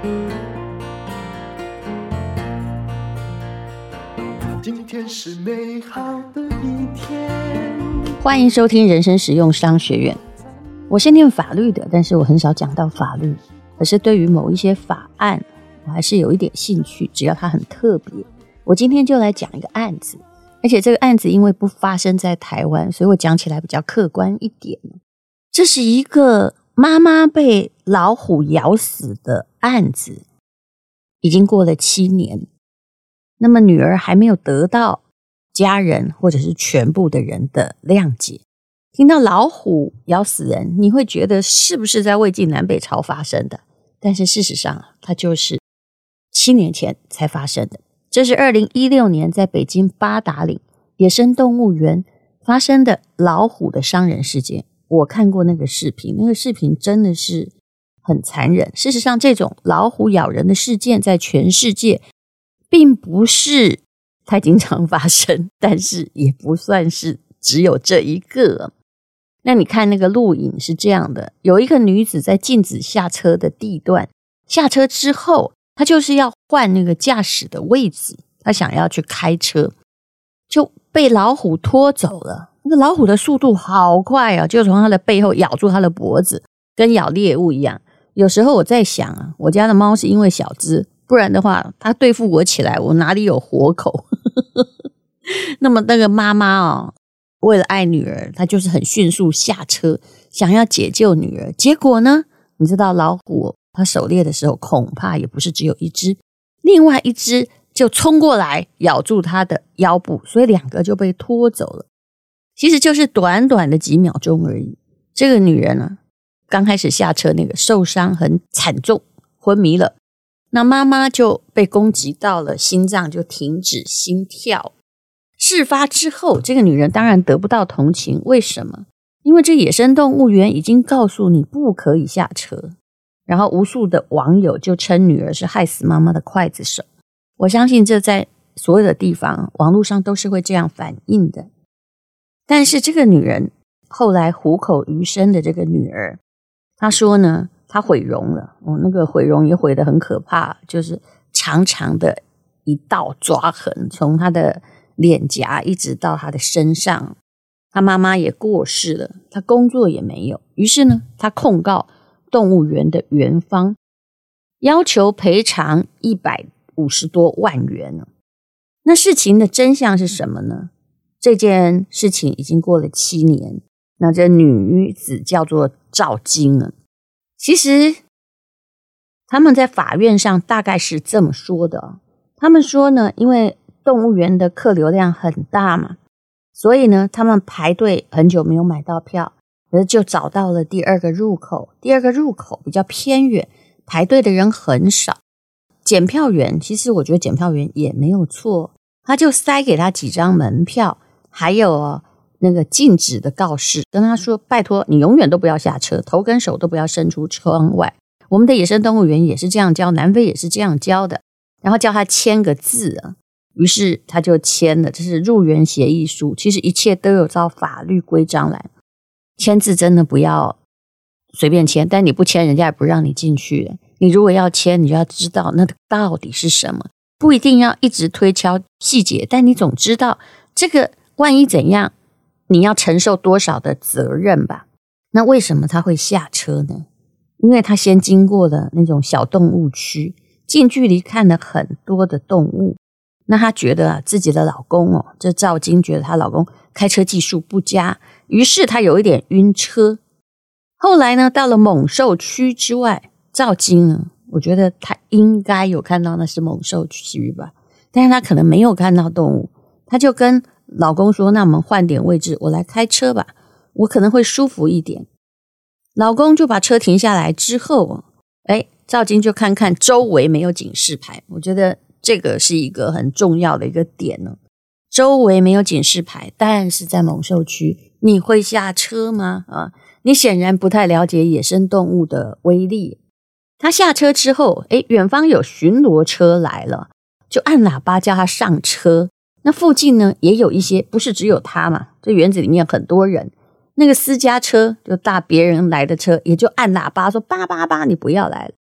今天是美好的一天。 欢迎收听人生实用商学院。我是念法律的，但是我很少讲到法律，可是对于某一些法案我还是有一点兴趣，只要它很特别。我今天就来讲一个案子，而且这个案子因为不发生在台湾，所以我讲起来比较客观一点。这是一个妈妈被老虎咬死的案子，已经过了7年，那么女儿还没有得到家人或者是全部的人的谅解。听到老虎咬死人，你会觉得是不是在魏晋南北朝发生的？但是事实上它就是7年前才发生的。这是2016年在北京八达岭野生动物园发生的老虎的伤人事件。我看过那个视频，那个视频真的是很残忍。事实上这种老虎咬人的事件在全世界并不是太经常发生，但是也不算是只有这一个。那你看那个录影是这样的，有一个女子在禁止下车的地段，下车之后她就是要换那个驾驶的位置，她想要去开车，就被老虎拖走了。那个老虎的速度好快啊，就从她的背后咬住她的脖子，跟咬猎物一样。有时候我在想啊，我家的猫是因为小只，不然的话它对付我起来，我哪里有活口那么那个妈妈为了爱女儿，她就是很迅速下车，想要解救女儿。结果呢，你知道老虎它狩猎的时候恐怕也不是只有一只，另外一只就冲过来咬住她的腰部，所以2个就被拖走了。其实就是短短的几秒钟而已。这个女人呢，刚开始下车那个受伤很惨重，昏迷了。那妈妈就被攻击到了心脏，就停止心跳。事发之后，这个女人当然得不到同情。为什么？因为这野生动物园已经告诉你不可以下车，然后无数的网友就称女儿是害死妈妈的刽子手。我相信这在所有的地方网络上都是会这样反映的。但是这个女人后来虎口余生的这个女儿，她说呢，她毁容了。那个毁容也毁得很可怕，就是长长的一道抓痕，从她的脸颊一直到她的身上。她妈妈也过世了，她工作也没有。于是呢，她控告动物园的园方，要求赔偿150多万元。那事情的真相是什么呢？这件事情已经过了7年，那这女子叫做赵晶了。其实他们在法院上大概是这么说的，他们说呢，因为动物园的客流量很大嘛，所以呢他们排队很久没有买到票，就找到了第2个入口。第2个入口比较偏远，排队的人很少。检票员，其实我觉得检票员也没有错，他就塞给他几张门票，还有那个禁止的告示，跟他说拜托你永远都不要下车，头跟手都不要伸出窗外。我们的野生动物园也是这样教，南非也是这样教的。然后叫他签个字于是他就签了，这是入园协议书。其实一切都有照法律规章来，签字真的不要随便签，但你不签人家也不让你进去了。你如果要签，你就要知道那到底是什么，不一定要一直推敲细节，但你总知道这个万一怎样，你要承受多少的责任吧。那为什么他会下车呢？因为他先经过了那种小动物区，近距离看了很多的动物。那他觉得自己的老公这赵晶觉得她老公开车技术不佳，于是他有一点晕车。后来呢，到了猛兽区之外，赵晶呢，我觉得他应该有看到那是猛兽区吧，但是他可能没有看到动物。他就跟老公说，那我们换点位置，我来开车吧，我可能会舒服一点。老公就把车停下来之后，赵晶就看看周围没有警示牌。我觉得这个是一个很重要的一个点周围没有警示牌，但是在猛兽区你会下车吗？你显然不太了解野生动物的威力。他下车之后，远方有巡逻车来了，就按喇叭叫他上车。那附近呢也有一些，不是只有他嘛，这园子里面很多人，那个私家车就搭别人来的车，也就按喇叭说888你不要来了。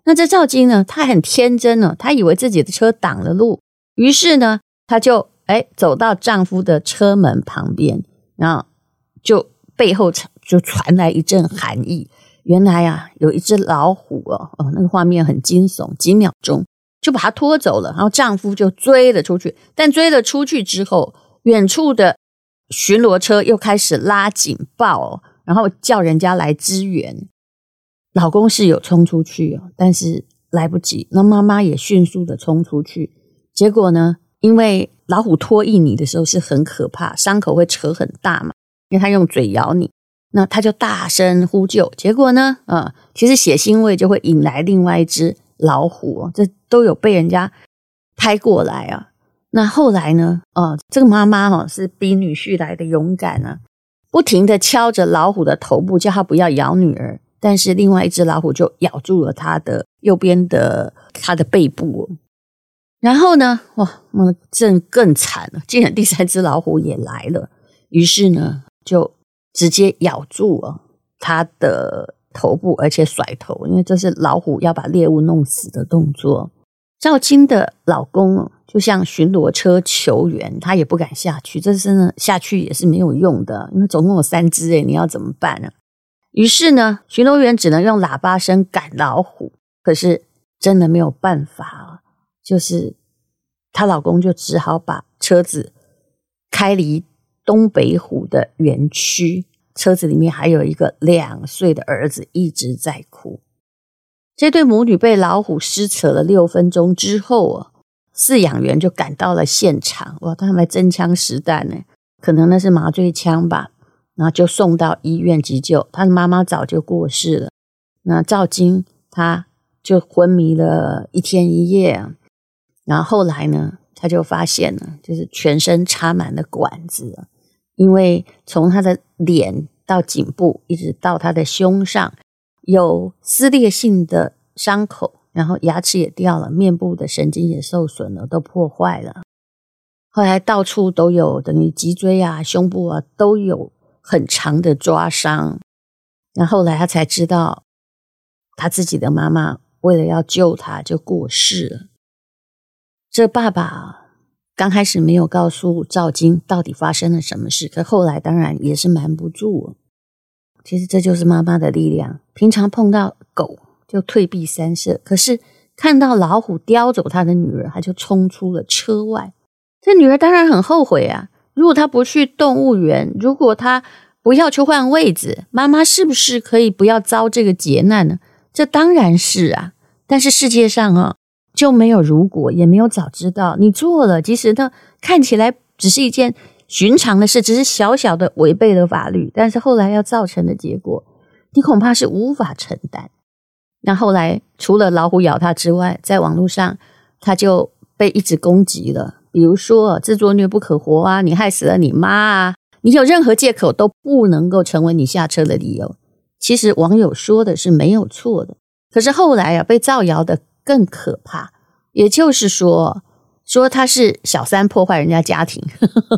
那这赵金呢，他很天真呢，他以为自己的车挡了路，于是呢，他就走到丈夫的车门旁边，然后就背后就传来一阵寒意。原来啊，有一只老虎那个画面很惊悚，几秒钟就把它拖走了，然后丈夫就追了出去。但追了出去之后，远处的巡逻车又开始拉警报然后叫人家来支援。老公是有冲出去但是来不及，那妈妈也迅速的冲出去。结果呢，因为老虎拖印你的时候是很可怕，伤口会扯很大嘛，因为它用嘴咬你，那他就大声呼救。结果呢其实血腥味就会引来另外一只老虎这都有被人家拍过来那后来呢这个妈妈是比女婿来的勇敢不停的敲着老虎的头部，叫他不要咬女儿，但是另外一只老虎就咬住了他的右边的他的背部然后呢这更惨了，竟然第三只老虎也来了，于是呢就直接咬住他的头部，而且甩头，因为这是老虎要把猎物弄死的动作。赵金的老公就向巡逻车求援，他也不敢下去，这真的下去也是没有用的，因为总共有3只你要怎么办呢？于是呢，巡逻员只能用喇叭声赶老虎，可是真的没有办法就是她老公就只好把车子开离东北虎的园区，车子里面还有一个2岁的儿子一直在哭。这对母女被老虎撕扯了6分钟之后饲养员就赶到了现场，他们还真枪实弹呢，可能那是麻醉枪吧，然后就送到医院急救。他的妈妈早就过世了，那赵金他就昏迷了1天1夜然后后来呢，他就发现了就是全身插满了管子因为从他的脸到颈部一直到他的胸上有撕裂性的伤口，然后牙齿也掉了，面部的神经也受损了，都破坏了。后来到处都有，等于脊椎胸部都有很长的抓伤。然后后来他才知道他自己的妈妈为了要救他就过世了。这爸爸刚开始没有告诉赵金到底发生了什么事，可后来当然也是瞒不住其实这就是妈妈的力量，平常碰到狗就退避三舍，可是看到老虎叼走他的女儿，他就冲出了车外。这女儿当然很后悔如果她不去动物园，如果她不要去换位子，妈妈是不是可以不要遭这个劫难呢？这当然是但是世界上就没有如果，也没有早知道。你做了，即使它看起来只是一件寻常的事，只是小小的违背了法律，但是后来要造成的结果，你恐怕是无法承担。那后来除了老虎咬他之外，在网络上他就被一直攻击了，比如说自作孽不可活你害死了你妈你有任何借口都不能够成为你下车的理由。其实网友说的是没有错的，可是后来被造谣的更可怕，也就是说他是小三破坏人家家庭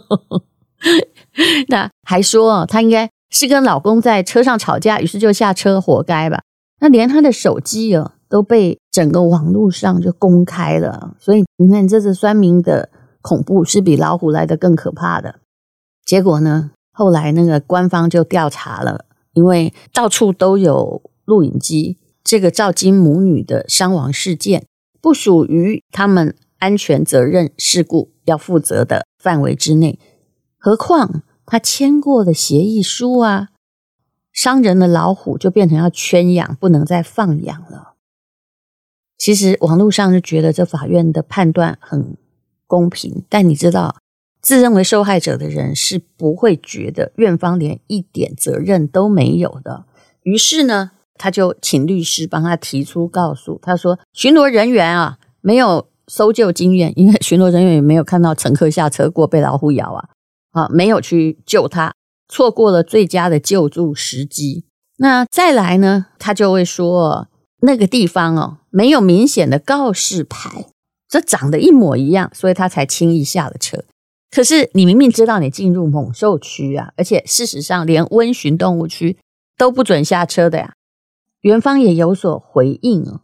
那还说他应该是跟老公在车上吵架，于是就下车，活该吧。那连他的手机都被整个网络上就公开了，所以你看这次酸民的恐怖是比老虎来的更可怕的。结果呢，后来那个官方就调查了，因为到处都有录影机，这个赵金母女的伤亡事件不属于他们安全责任事故要负责的范围之内，何况他签过的协议书伤人的老虎就变成要圈养，不能再放养了。其实网络上就觉得这法院的判断很公平，但你知道自认为受害者的人是不会觉得院方连一点责任都没有的。于是呢，他就请律师帮他提出告诉，他说巡逻人员没有搜救经验，因为巡逻人员也没有看到乘客下车过被老虎咬没有去救他，错过了最佳的救助时机。那再来呢，他就会说那个地方没有明显的告示牌，这长得一模一样，所以他才轻易下了车。可是你明明知道你进入猛兽区而且事实上连温驯动物区都不准下车的园方也有所回应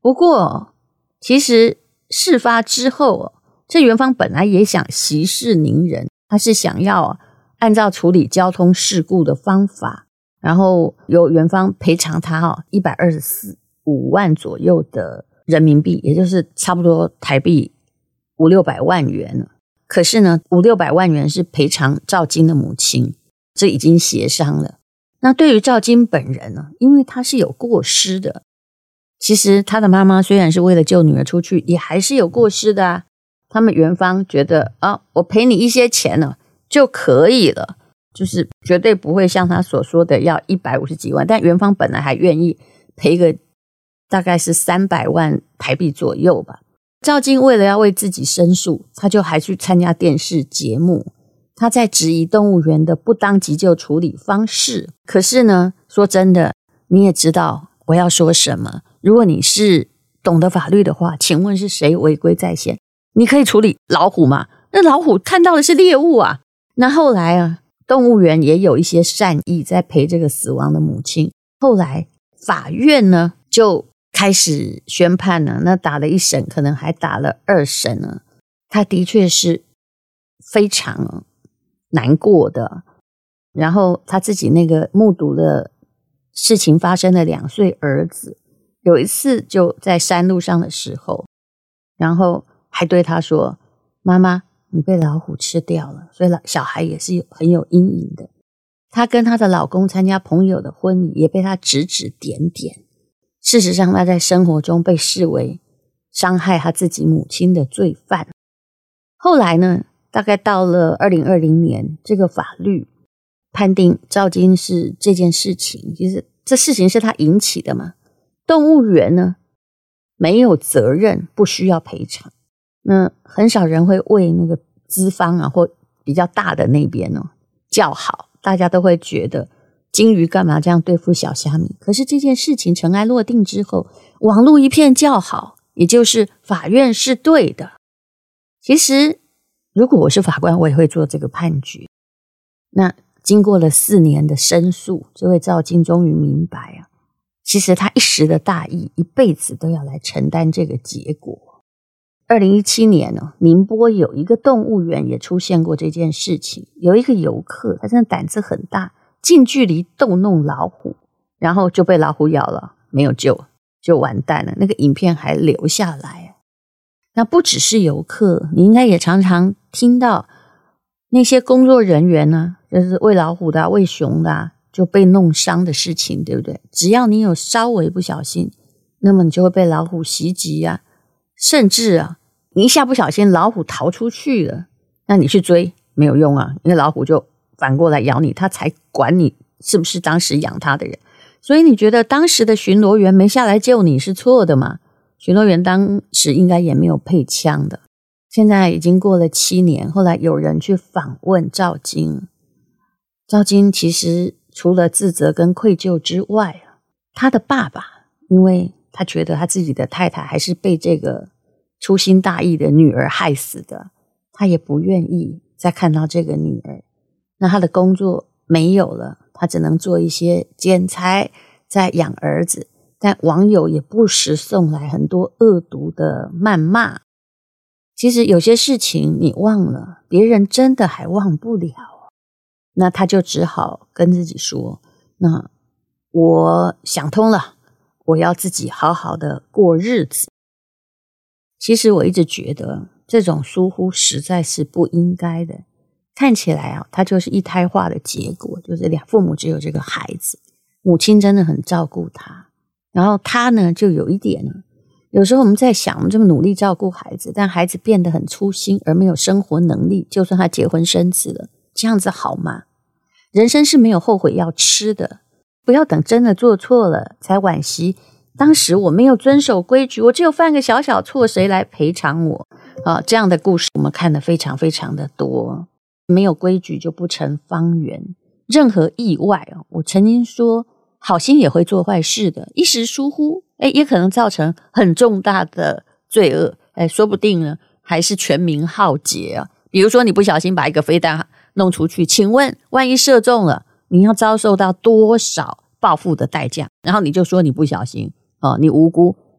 不过其实事发之后，这元芳本来也想息事宁人，他是想要按照处理交通事故的方法，然后由元芳赔偿他124.5万左右的人民币，也就是差不多台币500-600万元。可是呢，500-600万元是赔偿赵晶的母亲，这已经协商了。那对于赵晶本人呢，因为他是有过失的，其实他的妈妈虽然是为了救女儿出去，也还是有过失的啊。他们元芳觉得我赔你一些钱呢就可以了，就是绝对不会像他所说的要150几万，但元芳本来还愿意赔个大概是300万台币左右吧。赵晶为了要为自己申诉，他就还去参加电视节目，他在质疑动物园的不当急救处理方式。可是呢，说真的，你也知道我要说什么，如果你是懂得法律的话，请问是谁违规在先？你可以处理老虎吗？那老虎看到的是猎物啊。那后来动物园也有一些善意在陪这个死亡的母亲。后来法院呢就开始宣判了，那打了1审，可能还打了2审呢。他的确是非常难过的。然后他自己那个目睹了事情发生的2岁儿子，有一次就在山路上的时候，然后还对他说：“妈妈，你被老虎吃掉了。”所以小孩也是很有阴影的。她跟她的老公参加朋友的婚礼，也被他指指点点。事实上，他在生活中被视为伤害他自己母亲的罪犯。后来呢，大概到了2020年，这个法律判定赵晶是这件事情，其实这事情是他引起的嘛，动物园呢没有责任，不需要赔偿。那很少人会为那个资方或比较大的那边叫好，大家都会觉得金鱼干嘛这样对付小虾米。可是这件事情尘埃落定之后，网络一片叫好，也就是法院是对的。其实如果我是法官，我也会做这个判决。那经过了4年的申诉，这位赵晶终于明白其实他一时的大意，一辈子都要来承担这个结果。2017年宁波有一个动物园也出现过这件事情，有一个游客，他真的胆子很大，近距离逗弄老虎，然后就被老虎咬了，没有救，就完蛋了。那个影片还留下来。那不只是游客，你应该也常常听到那些工作人员呢，就是喂老虎的喂熊的就被弄伤的事情，对不对？只要你有稍微不小心，那么你就会被老虎袭击甚至你一下不小心老虎逃出去了，那你去追没有用因为老虎就反过来咬你，他才管你是不是当时养他的人。所以你觉得当时的巡逻员没下来救你是错的吗？巡逻员当时应该也没有配枪的。现在已经过了7年，后来有人去访问赵晶，赵晶其实除了自责跟愧疚之外，他的爸爸因为他觉得他自己的太太还是被这个粗心大意的女儿害死的，他也不愿意再看到这个女儿。那他的工作没有了，他只能做一些兼差在养儿子，但网友也不时送来很多恶毒的谩骂。其实有些事情你忘了，别人真的还忘不了。那他就只好跟自己说，那我想通了，我要自己好好的过日子。其实我一直觉得这种疏忽实在是不应该的。看起来他就是一胎化的结果，就是父母只有这个孩子，母亲真的很照顾他，然后他呢就有一点有时候我们在想，我们这么努力照顾孩子，但孩子变得很粗心而没有生活能力，就算他结婚生子了，这样子好吗？人生是没有后悔药吃的，不要等真的做错了才惋惜当时我没有遵守规矩，我只有犯个小小错，谁来赔偿我这样的故事我们看得非常非常的多。没有规矩就不成方圆，任何意外我曾经说好心也会做坏事的，一时疏忽也可能造成很重大的罪恶，说不定呢还是全民浩劫比如说你不小心把一个飞弹弄出去，请问万一射中了，你要遭受到多少报复的代价？然后你就说你不小心你无辜，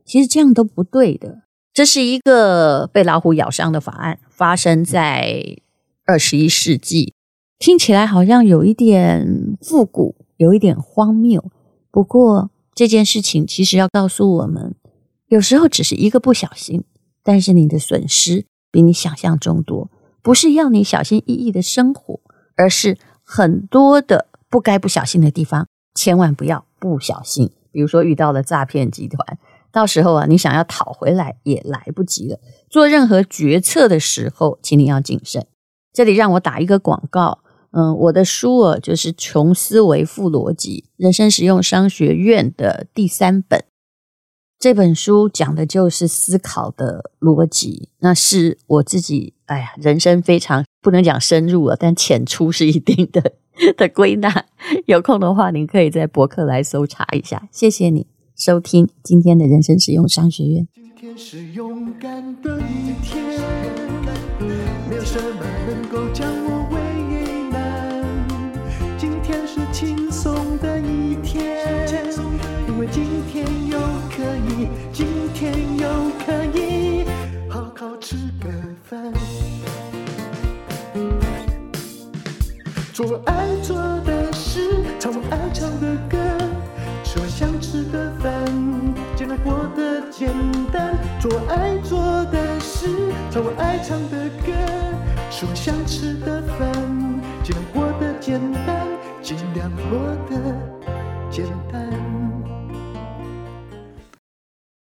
其实这样都不对的。这是一个被老虎咬伤的法案，发生在21世纪，听起来好像有一点复古，有一点荒谬。不过这件事情其实要告诉我们，有时候只是一个不小心，但是你的损失比你想象中多。不是要你小心翼翼的生活，而是很多的不该不小心的地方，千万不要不小心。比如说遇到了诈骗集团，到时候啊，你想要讨回来也来不及了。做任何决策的时候，请你要谨慎。这里让我打一个广告，我的书就是《穷思维富逻辑：人生实用商学院》的第3本。这本书讲的就是思考的逻辑，那是我自己人生非常不能讲深入了，但浅出是一定的归纳。有空的话，您可以在博客来搜查一下。谢谢你收听今天的人生实用商学院。 今天是勇敢的一天，没有什么能够将我为难。今天是轻松的一天，因为今天又可以，今天又可以好好吃个饭，做我爱做的事，唱我爱唱的歌，吃我想吃的饭，尽量过得简单。做我爱做的事，唱我爱唱的歌，吃我想吃的饭，尽量过得简单，尽量过得简单。